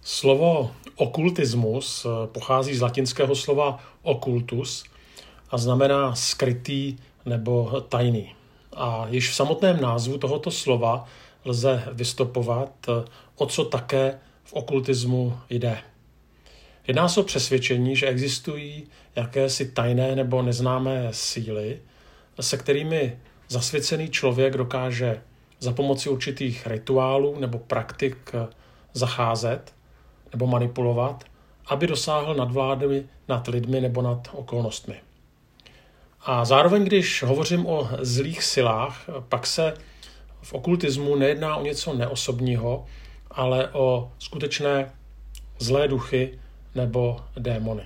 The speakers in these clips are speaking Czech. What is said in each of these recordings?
Slovo okultismus pochází z latinského slova occultus a znamená skrytý nebo tajný. A již v samotném názvu tohoto slova lze vystopovat, o co také v okultismu jde. Jedná se o přesvědčení, že existují jakési tajné nebo neznámé síly, se kterými zasvěcený člověk dokáže za pomoci určitých rituálů nebo praktik zacházet nebo manipulovat, aby dosáhl nadvlády nad lidmi nebo nad okolnostmi. A zároveň, když hovořím o zlých silách, pak se v okultismu nejedná o něco neosobního, ale o skutečné zlé duchy nebo démony.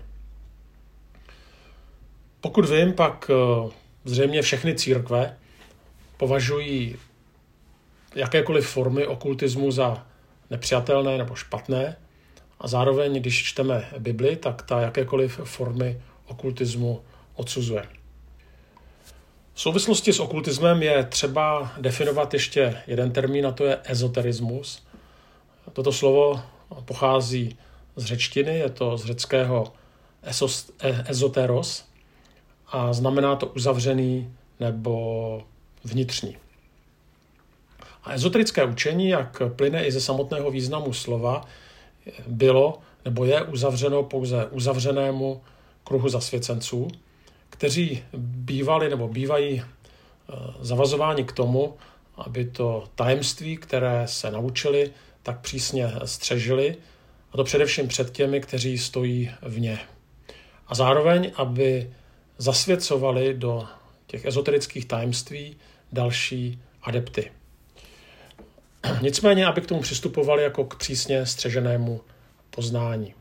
Pokud vím, pak zřejmě všechny církve považují jakékoliv formy okultismu za nepřijatelné nebo špatné a zároveň, když čteme Bibli, tak ta jakékoliv formy okultismu odsuzuje. V souvislosti s okultismem je třeba definovat ještě jeden termín, a to je ezoterismus. Toto slovo pochází z řečtiny, je to z řeckého ezoteros a znamená to uzavřený nebo vnitřní. A ezoterické učení, jak plyne i ze samotného významu slova, bylo nebo je uzavřeno pouze uzavřenému kruhu zasvěcenců, kteří bývali nebo bývají zavazováni k tomu, aby to tajemství, které se naučili, tak přísně střežili, a to především před těmi, kteří stojí vně. A zároveň, aby zasvěcovali do těch ezoterických tajemství další adepty. Nicméně, aby k tomu přistupovali jako k přísně střeženému poznání.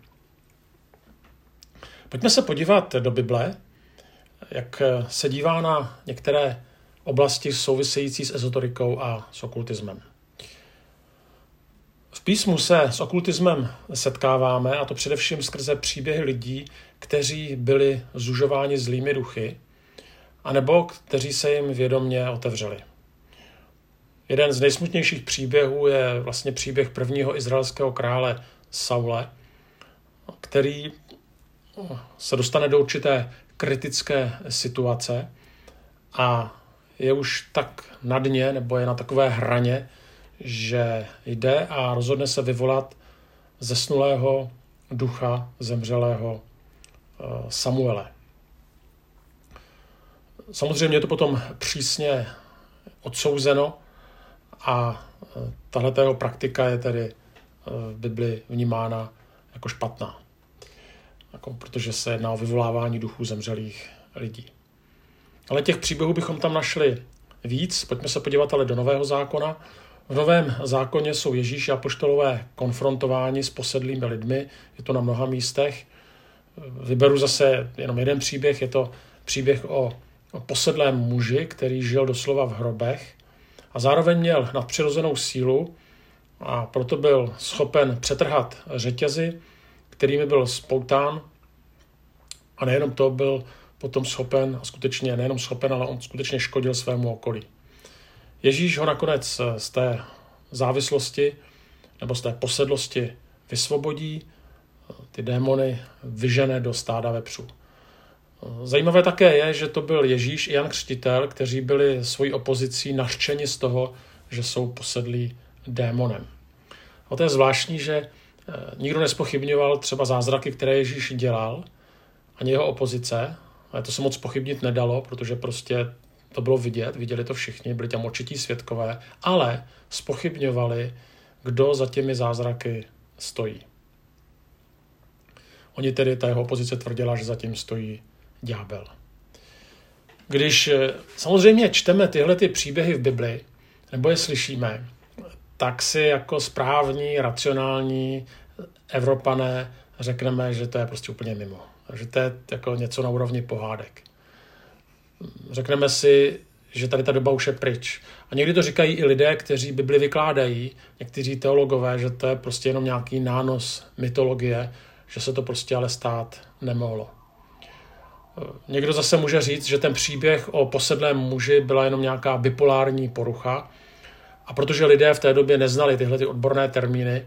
Pojďme se podívat do Bible, jak se dívá na některé oblasti související s ezoterikou a s okultismem. V písmu se s okultismem setkáváme, a to především skrze příběhy lidí, kteří byli zužováni zlými duchy, anebo kteří se jim vědomě otevřeli. Jeden z nejsmutnějších příběhů je vlastně příběh prvního izraelského krále Saule, který se dostane do určité kritické situace a je už tak na dně, nebo je na takové hraně, že jde a rozhodne se vyvolat zesnulého ducha zemřelého Samuele. Samozřejmě je to potom přísně odsouzeno a tahle praktika je tedy v Bibli vnímána jako špatná, protože se jedná o vyvolávání duchů zemřelých lidí. Ale těch příběhů bychom tam našli víc. Pojďme se podívat ale do Nového zákona. V Novém zákoně jsou Ježíš a apoštolové konfrontováni s posedlými lidmi. Je to na mnoha místech. Vyberu zase jenom jeden příběh. Je to příběh o posedlém muži, který žil doslova v hrobech a zároveň měl nadpřirozenou sílu a proto byl schopen přetrhat řetězy, kterými byl spoután, a nejenom to byl potom schopen, a skutečně nejenom schopen, ale on skutečně škodil svému okolí. Ježíš ho nakonec z té závislosti nebo z té posedlosti vysvobodí, ty démony vyžene do stáda vepřů. Zajímavé také je, že to byl Ježíš i Jan Křtitel, kteří byli svojí opozicí nařčeni z toho, že jsou posedlí démonem. A to je zvláštní, že nikdo nespochybňoval třeba zázraky, které Ježíš dělal, ani jeho opozice, ale to se moc pochybnit nedalo, protože prostě to bylo vidět, viděli to všichni, byli tam určití svědkové, ale zpochybňovali, kdo za těmi zázraky stojí. Oni tedy, ta jeho opozice tvrdila, že za tím stojí ďábel. Když samozřejmě čteme tyhle ty příběhy v Bibli, nebo je slyšíme, tak si jako správní, racionální Evropané řekneme, že to je prostě úplně mimo. Že to je jako něco na úrovni pohádek. Řekneme si, že tady ta doba už je pryč. A někdy to říkají i lidé, kteří Bibli vykládají, někteří teologové, že to je prostě jenom nějaký nános mytologie, že se to prostě ale stát nemohlo. Někdo zase může říct, že ten příběh o posedlém muži byla jenom nějaká bipolární porucha, a protože lidé v té době neznali tyhle ty odborné termíny,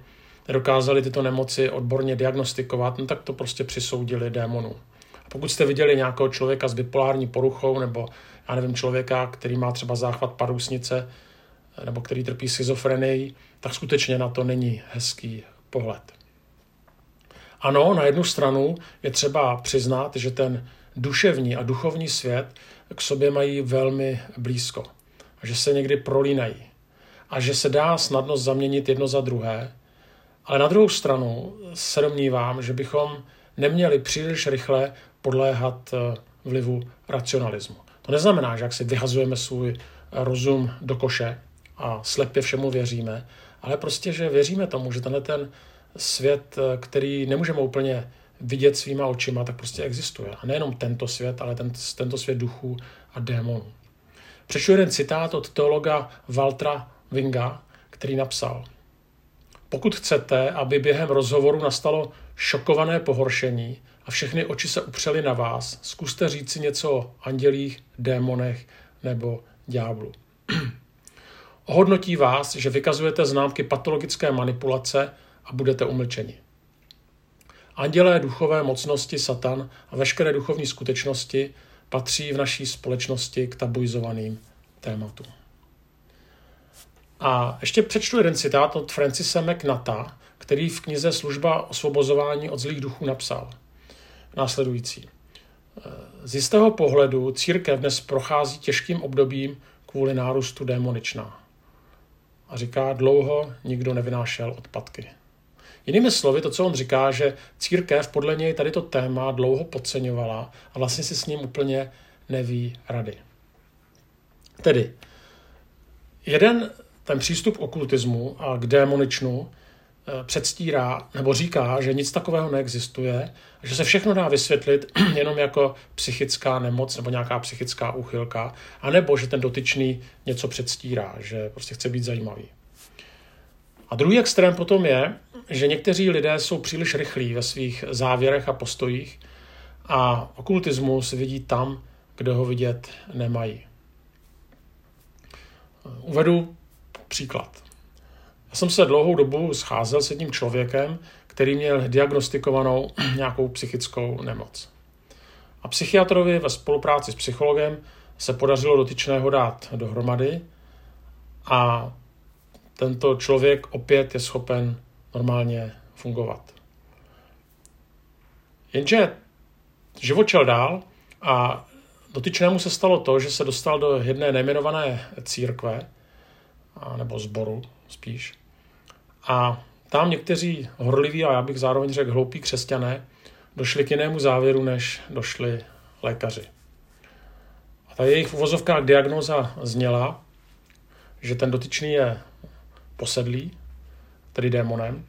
nedokázali tyto nemoci odborně diagnostikovat, no tak to prostě přisoudili démonům. A pokud jste viděli nějakého člověka s bipolární poruchou nebo já nevím, člověka, který má třeba záchvat parusnice nebo který trpí schizofrenií, tak skutečně na to není hezký pohled. Ano, na jednu stranu je třeba přiznat, že ten duševní a duchovní svět k sobě mají velmi blízko. A že se někdy prolínají. A že se dá snadno zaměnit jedno za druhé. Ale na druhou stranu se domnívám, že bychom neměli příliš rychle podléhat vlivu racionalismu. To neznamená, že jak si vyhazujeme svůj rozum do koše a slepě všemu věříme, ale prostě, že věříme tomu, že tenhle ten svět, který nemůžeme úplně vidět svýma očima, tak prostě existuje. A nejenom tento svět, ale tento svět duchů a démonů. Přečtu jeden citát od teologa Waltera Winga, který napsal: Pokud chcete, aby během rozhovoru nastalo šokované pohoršení a všechny oči se upřely na vás, zkuste říci něco o andělích, démonech nebo ďáblu. Ohodnotí vás, že vykazujete známky patologické manipulace a budete umlčeni. Andělé, duchové mocnosti, Satan a veškeré duchovní skutečnosti patří v naší společnosti k tabuizovaným tématům. A ještě přečtu jeden citát od Francise McNutta, který v knize Služba osvobozování od zlých duchů napsal následující. Z jistého pohledu církev dnes prochází těžkým obdobím kvůli nárůstu démoničná. A říká, dlouho nikdo nevynášel odpadky. Jinými slovy, to, co on říká, že církev podle něj tady to téma dlouho podceňovala a vlastně si s ním úplně neví rady. Tedy, ten přístup k okultismu a k démoničnu předstírá nebo říká, že nic takového neexistuje, že se všechno dá vysvětlit jenom jako psychická nemoc nebo nějaká psychická úchylka, anebo že ten dotyčný něco předstírá, že prostě chce být zajímavý. A druhý extrém potom je, že někteří lidé jsou příliš rychlí ve svých závěrech a postojích a okultismus vidí tam, kde ho vidět nemají. Uvedu příklad. Já jsem se dlouhou dobu scházel s jedním člověkem, který měl diagnostikovanou nějakou psychickou nemoc. A psychiatrovi ve spolupráci s psychologem se podařilo dotyčného dát dohromady a tento člověk opět je schopen normálně fungovat. Jenže život šel dál a dotyčnému se stalo to, že se dostal do jedné nejmenované církve, nebo sboru spíš. A tam někteří horliví, a já bych zároveň řekl hloupí křesťané, došli k jinému závěru, než došli lékaři. A ta jejich v uvozovkách diagnóza zněla, že ten dotyčný je posedlý, tedy démonem,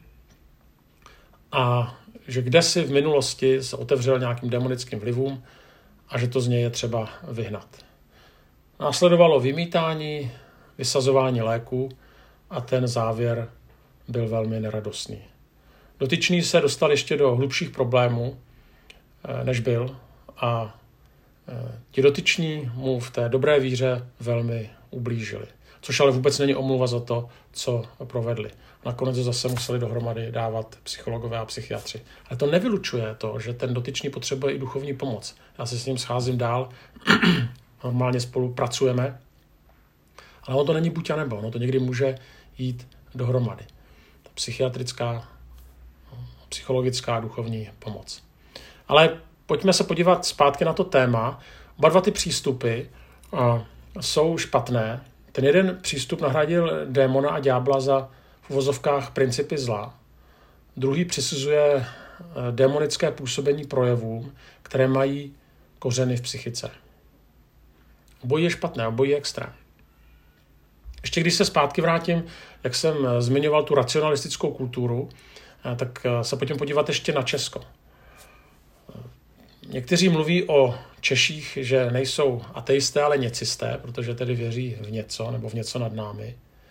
a že kdesi v minulosti se otevřel nějakým démonickým vlivům a že to z něj je třeba vyhnat. Následovalo vymítání, vysazování léků a ten závěr byl velmi neradostný. Dotyčný se dostal ještě do hlubších problémů, než byl, a ti dotyční mu v té dobré víře velmi ublížili. Což ale vůbec není omluva za to, co provedli. Nakonec zase museli dohromady dávat psychologové a psychiatři. Ale to nevylučuje to, že ten dotyčný potřebuje i duchovní pomoc. Já se s ním scházím dál, normálně spolupracujeme, ale on to není buď a nebo, ono to někdy může jít dohromady. Ta psychiatrická, psychologická, duchovní pomoc. Ale pojďme se podívat zpátky na to téma. Oba dva ty přístupy jsou špatné. Ten jeden přístup nahradil démona a ďábla za v uvozovkách principy zla. Druhý přisuzuje démonické působení projevům, které mají kořeny v psychice. Obojí je špatné, obojí je extrém. Ještě když se zpátky vrátím, jak jsem zmiňoval tu racionalistickou kulturu, tak se pojďme podívat ještě na Česko. Někteří mluví o Češích, že nejsou ateisté, ale něcisté, protože tedy věří v něco nebo v něco nad námi.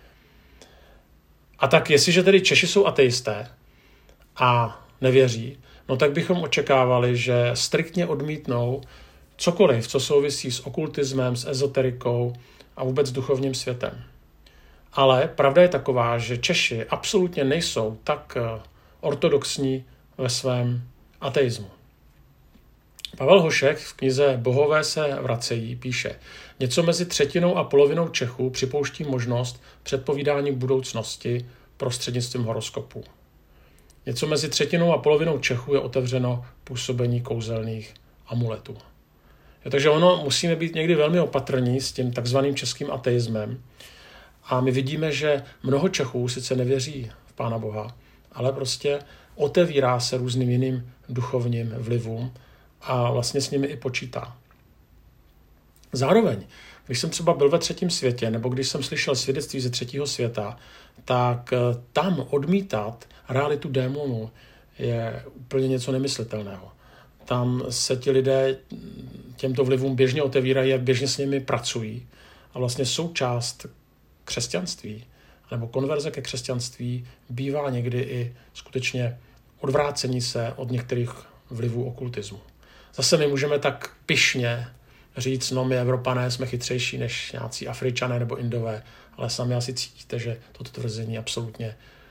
A tak jestliže tedy Češi jsou ateisté a nevěří, no tak bychom očekávali, že striktně odmítnou cokoliv, co souvisí s okultismem, s ezoterikou a vůbec duchovním světem. Ale pravda je taková, že Češi absolutně nejsou tak ortodoxní ve svém ateismu. Pavel Hošek v knize Bohové se vracejí píše: něco mezi třetinou a polovinou Čechů připouští možnost předpovídání budoucnosti prostřednictvím horoskopu. Něco mezi třetinou a polovinou Čechů je otevřeno působení kouzelných amuletů. Takže musíme být někdy velmi opatrní s tím takzvaným českým ateismem. A my vidíme, že mnoho Čechů sice nevěří v Pána Boha, ale prostě otevírá se různým jiným duchovním vlivům a vlastně s nimi i počítá. Zároveň, když jsem třeba byl ve třetím světě, nebo když jsem slyšel svědectví ze třetího světa, tak tam odmítat realitu démonů je úplně něco nemyslitelného. Tam se ti lidé těmto vlivům běžně otevírají a běžně s nimi pracují. A vlastně součást křesťanství nebo konverze ke křesťanství bývá někdy i skutečně odvrácení se od některých vlivů okultismu. Zase my můžeme tak pyšně říct, no my Evropané jsme chytřejší než nějací Afričané nebo Indové, ale sami asi cítíte, že toto tvrzení absolutně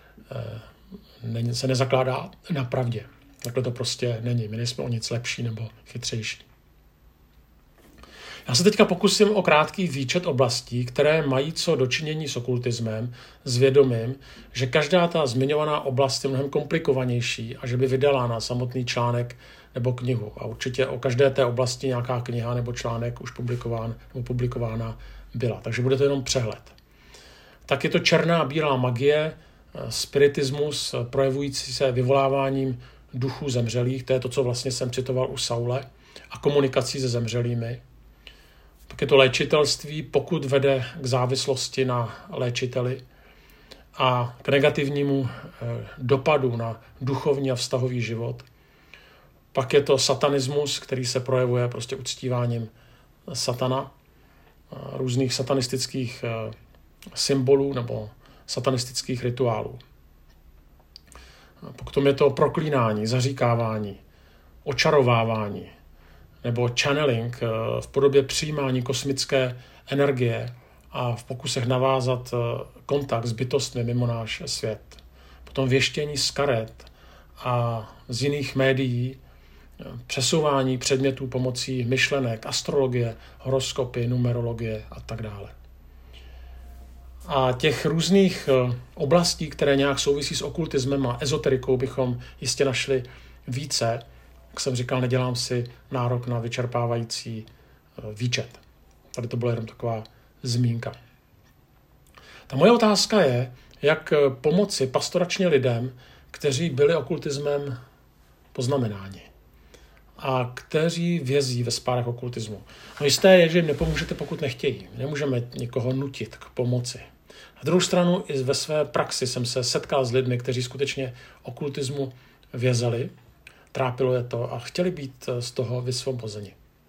se nezakládá na pravdě. Takhle to prostě není. My nejsme o nic lepší nebo chytřejší. Já se teďka pokusím o krátký výčet oblastí, které mají co dočinění s okultismem, s vědomím, že každá ta zmiňovaná oblast je mnohem komplikovanější a že by vydala na samotný článek nebo knihu. A určitě o každé té oblasti nějaká kniha nebo článek už publikována byla. Takže bude to jenom přehled. Tak je to černá a bílá magie, spiritismus projevující se vyvoláváním duchů zemřelých, to je to, co vlastně jsem citoval u Saule, a komunikací se zemřelými. Pak je to léčitelství, pokud vede k závislosti na léčiteli a k negativnímu dopadu na duchovní a vztahový život. Pak je to satanismus, který se projevuje prostě uctíváním satana, různých satanistických symbolů nebo satanistických rituálů. Potom je to proklínání, zaříkávání, očarovávání nebo channeling v podobě přijímání kosmické energie a v pokusech navázat kontakt s bytostmi mimo náš svět. Potom věštění z karet a z jiných médií, přesouvání předmětů pomocí myšlenek, astrologie, horoskopy, numerologie a tak dále. A těch různých oblastí, které nějak souvisí s okultismem a ezoterikou, bychom jistě našli více. Jak jsem říkal, nedělám si nárok na vyčerpávající výčet. Tady to byla jenom taková zmínka. Ta moje otázka je, jak pomoci pastoračně lidem, kteří byli okultismem poznamenáni a kteří vězí ve spárech okultismu. No jisté je, že jim nepomůžete, pokud nechtějí. Nemůžeme někoho nutit k pomoci. Na druhou stranu i ve své praxi jsem se setkal s lidmi, kteří skutečně okultismu vězeli, trápilo je to a chtěli být z toho vysvobozeni.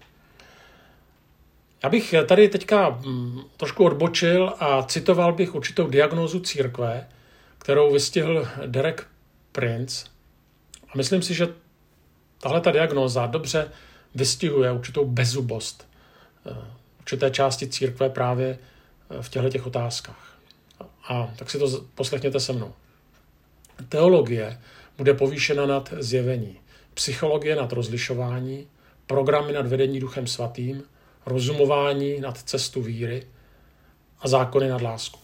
Já bych tady teďka trošku odbočil a citoval bych určitou diagnózu církve, kterou vystihl Derek Prince. A myslím si, že tahle ta diagnóza dobře vystihuje určitou bezzubost určité části církve právě v těchto otázkách. A tak si to poslechněte se mnou. Teologie bude povýšena nad zjevení, psychologie nad rozlišování, programy nad vedení Duchem Svatým, rozumování nad cestu víry a zákony nad lásku.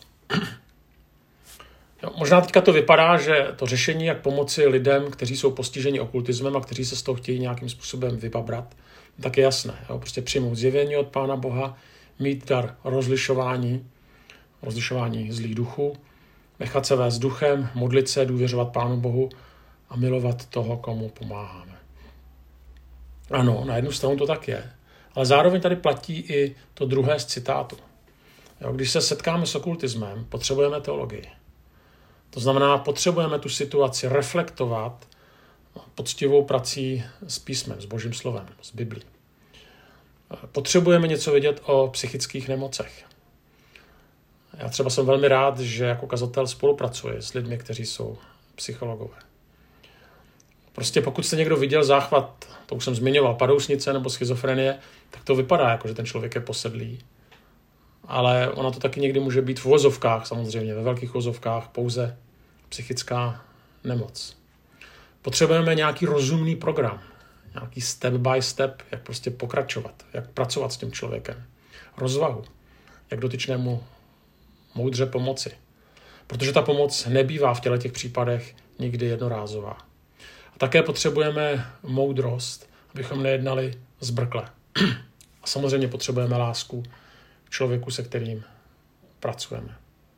Možná teďka to vypadá, že to řešení, jak pomoci lidem, kteří jsou postiženi okultismem a kteří se z toho chtějí nějakým způsobem vybabrat, tak je jasné. Prostě přijmout zjevení od Pána Boha, mít dar rozlišování zlých duchů, nechat se vést duchem, modlit se, důvěřovat Pánu Bohu a milovat toho, komu pomáháme. Ano, na jednu stranu to tak je, ale zároveň tady platí i to druhé z citátu. Když se setkáme s okultismem, potřebujeme teologii. To znamená, potřebujeme tu situaci reflektovat poctivou prací s písmem, s Božím slovem, s Biblí. Potřebujeme něco vědět o psychických nemocech. Já třeba jsem velmi rád, že jako kazatel spolupracuji s lidmi, kteří jsou psychologové. Prostě pokud jste někdo viděl záchvat, to už jsem zmiňoval, padousnice nebo schizofrenie, tak to vypadá jako, že ten člověk je posedlý. ale ona to taky někdy může být v uvozovkách, samozřejmě, ve velkých uvozovkách, pouze psychická nemoc. Potřebujeme nějaký rozumný program, nějaký step by step, jak prostě pokračovat, jak pracovat s tím člověkem. Rozvahu, jak dotyčnému moudře pomoci. Protože ta pomoc nebývá v těch případech nikdy jednorázová. A také potřebujeme moudrost, abychom nejednali zbrkle. A samozřejmě potřebujeme lásku k člověku, se kterým pracujeme.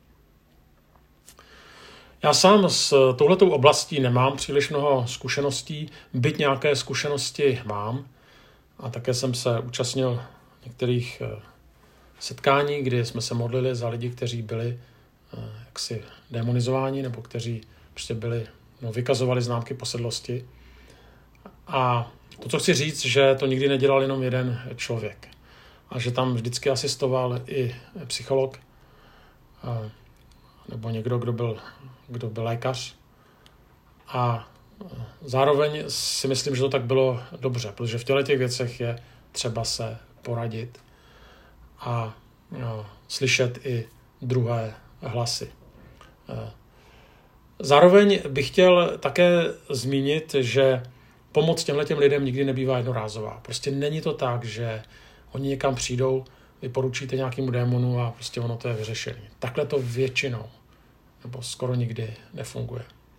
Já sám s touhletou oblastí nemám příliš mnoho zkušeností, byť nějaké zkušenosti mám. A také jsem se účastnil některých setkání, kdy jsme se modlili za lidi, kteří byli jaksi demonizováni, nebo kteří prostě vykazovali známky posedlosti. A to, co chci říct, že to nikdy nedělal jenom jeden člověk. A že tam vždycky asistoval i psycholog, nebo někdo, kdo byl lékař. A zároveň si myslím, že to tak bylo dobře, protože v těch věcech je třeba se poradit a slyšet i druhé hlasy. Zároveň bych chtěl také zmínit, že pomoc těmhletěm lidem nikdy nebývá jednorázová. Prostě není to tak, že oni někam přijdou, vy poručíte nějakému démonu a prostě ono to je vyřešené. Takhle to většinou, nebo skoro nikdy nefunguje.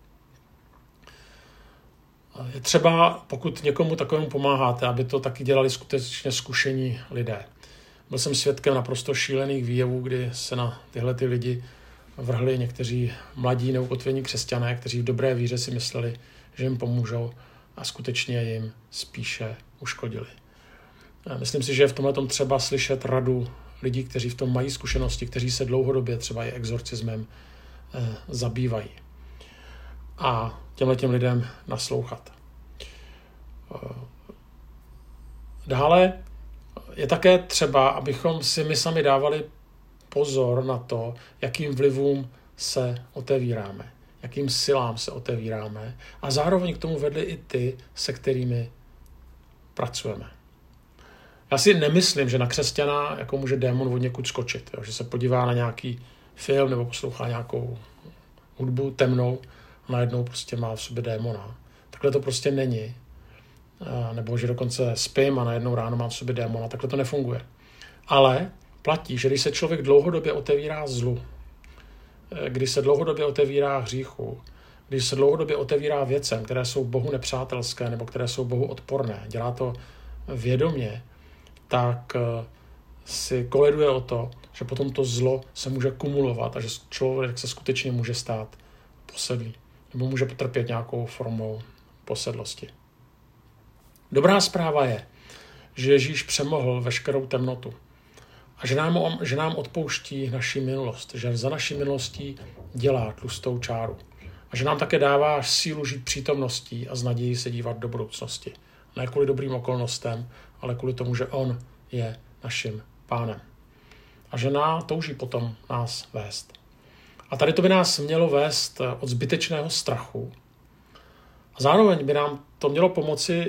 Je třeba, pokud někomu takovému pomáháte, aby to taky dělali skutečně zkušení lidé. Byl jsem svědkem naprosto šílených výjevů, kdy se na tyhle lidi vrhli někteří mladí neukotvení křesťané, kteří v dobré víře si mysleli, že jim pomůžou a skutečně jim spíše uškodili. Myslím si, že je v tomhle třeba slyšet radu lidí, kteří v tom mají zkušenosti, kteří se dlouhodobě třeba i exorcismem zabývají. A těmhletěm lidem naslouchat. Dále je také třeba, abychom si my sami dávali pozor na to, jakým vlivům se otevíráme, jakým silám se otevíráme a zároveň k tomu vedli i ty, se kterými pracujeme. Já si nemyslím, že na křesťana jako může démon od někud skočit, že se podívá na nějaký film nebo poslouchá nějakou hudbu temnou a najednou prostě má v sobě démona. Takhle to prostě není. Nebo že dokonce spím a najednou ráno mám v sobě démona. Takhle to nefunguje. Ale platí, že když se člověk dlouhodobě otevírá zlu, když se dlouhodobě otevírá hříchu, když se dlouhodobě otevírá věcem, které jsou Bohu nepřátelské nebo které jsou Bohu odporné, dělá to vědomě, tak si koleduje o to, že potom to zlo se může kumulovat a že člověk se skutečně může stát posedlý nebo může potrpět nějakou formou posedlosti. Dobrá zpráva je, že Ježíš přemohl veškerou temnotu a že nám odpouští naši minulost, že za naší minulostí dělá tlustou čáru a že nám také dává sílu žít přítomností a s nadějí se dívat do budoucnosti. Ne kvůli dobrým okolnostem, ale kvůli tomu, že on je naším pánem. A že touží potom nás vést. A tady to by nás mělo vést od zbytečného strachu. A zároveň by nám to mělo pomoci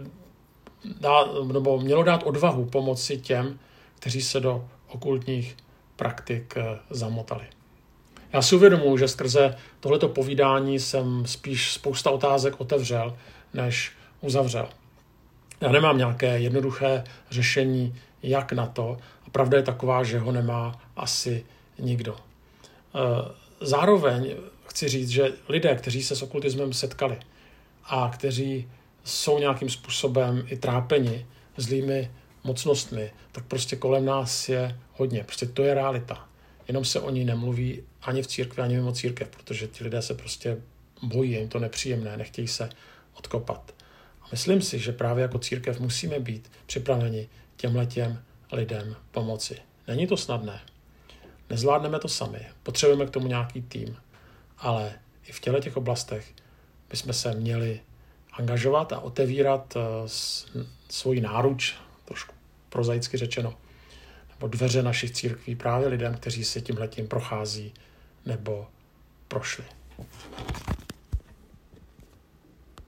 nebo mělo dát odvahu pomoci těm, kteří se do okultních praktik zamotali. Já si uvědomuji, že skrze tohleto povídání jsem spíš spousta otázek otevřel, než uzavřel. Já nemám nějaké jednoduché řešení, jak na to. A pravda je taková, že ho nemá asi nikdo. Zároveň chci říct, že lidé, kteří se s okultismem setkali a kteří jsou nějakým způsobem i trápeni zlými mocnostmi, tak prostě kolem nás je hodně. Prostě to je realita. Jenom se o ní nemluví ani v církvi, ani mimo církev, protože ti lidé se prostě bojí, je jim to nepříjemné, nechtějí se odkopat. A myslím si, že právě jako církev musíme být připraveni těmhletěm lidem pomoci. Není to snadné. Nezvládneme to sami. Potřebujeme k tomu nějaký tým. Ale i v těch oblastech bychom se měli angažovat a otevírat svoji náruč, trošku prozaicky řečeno, nebo dveře našich církví právě lidem, kteří se tímhletím prochází nebo prošli.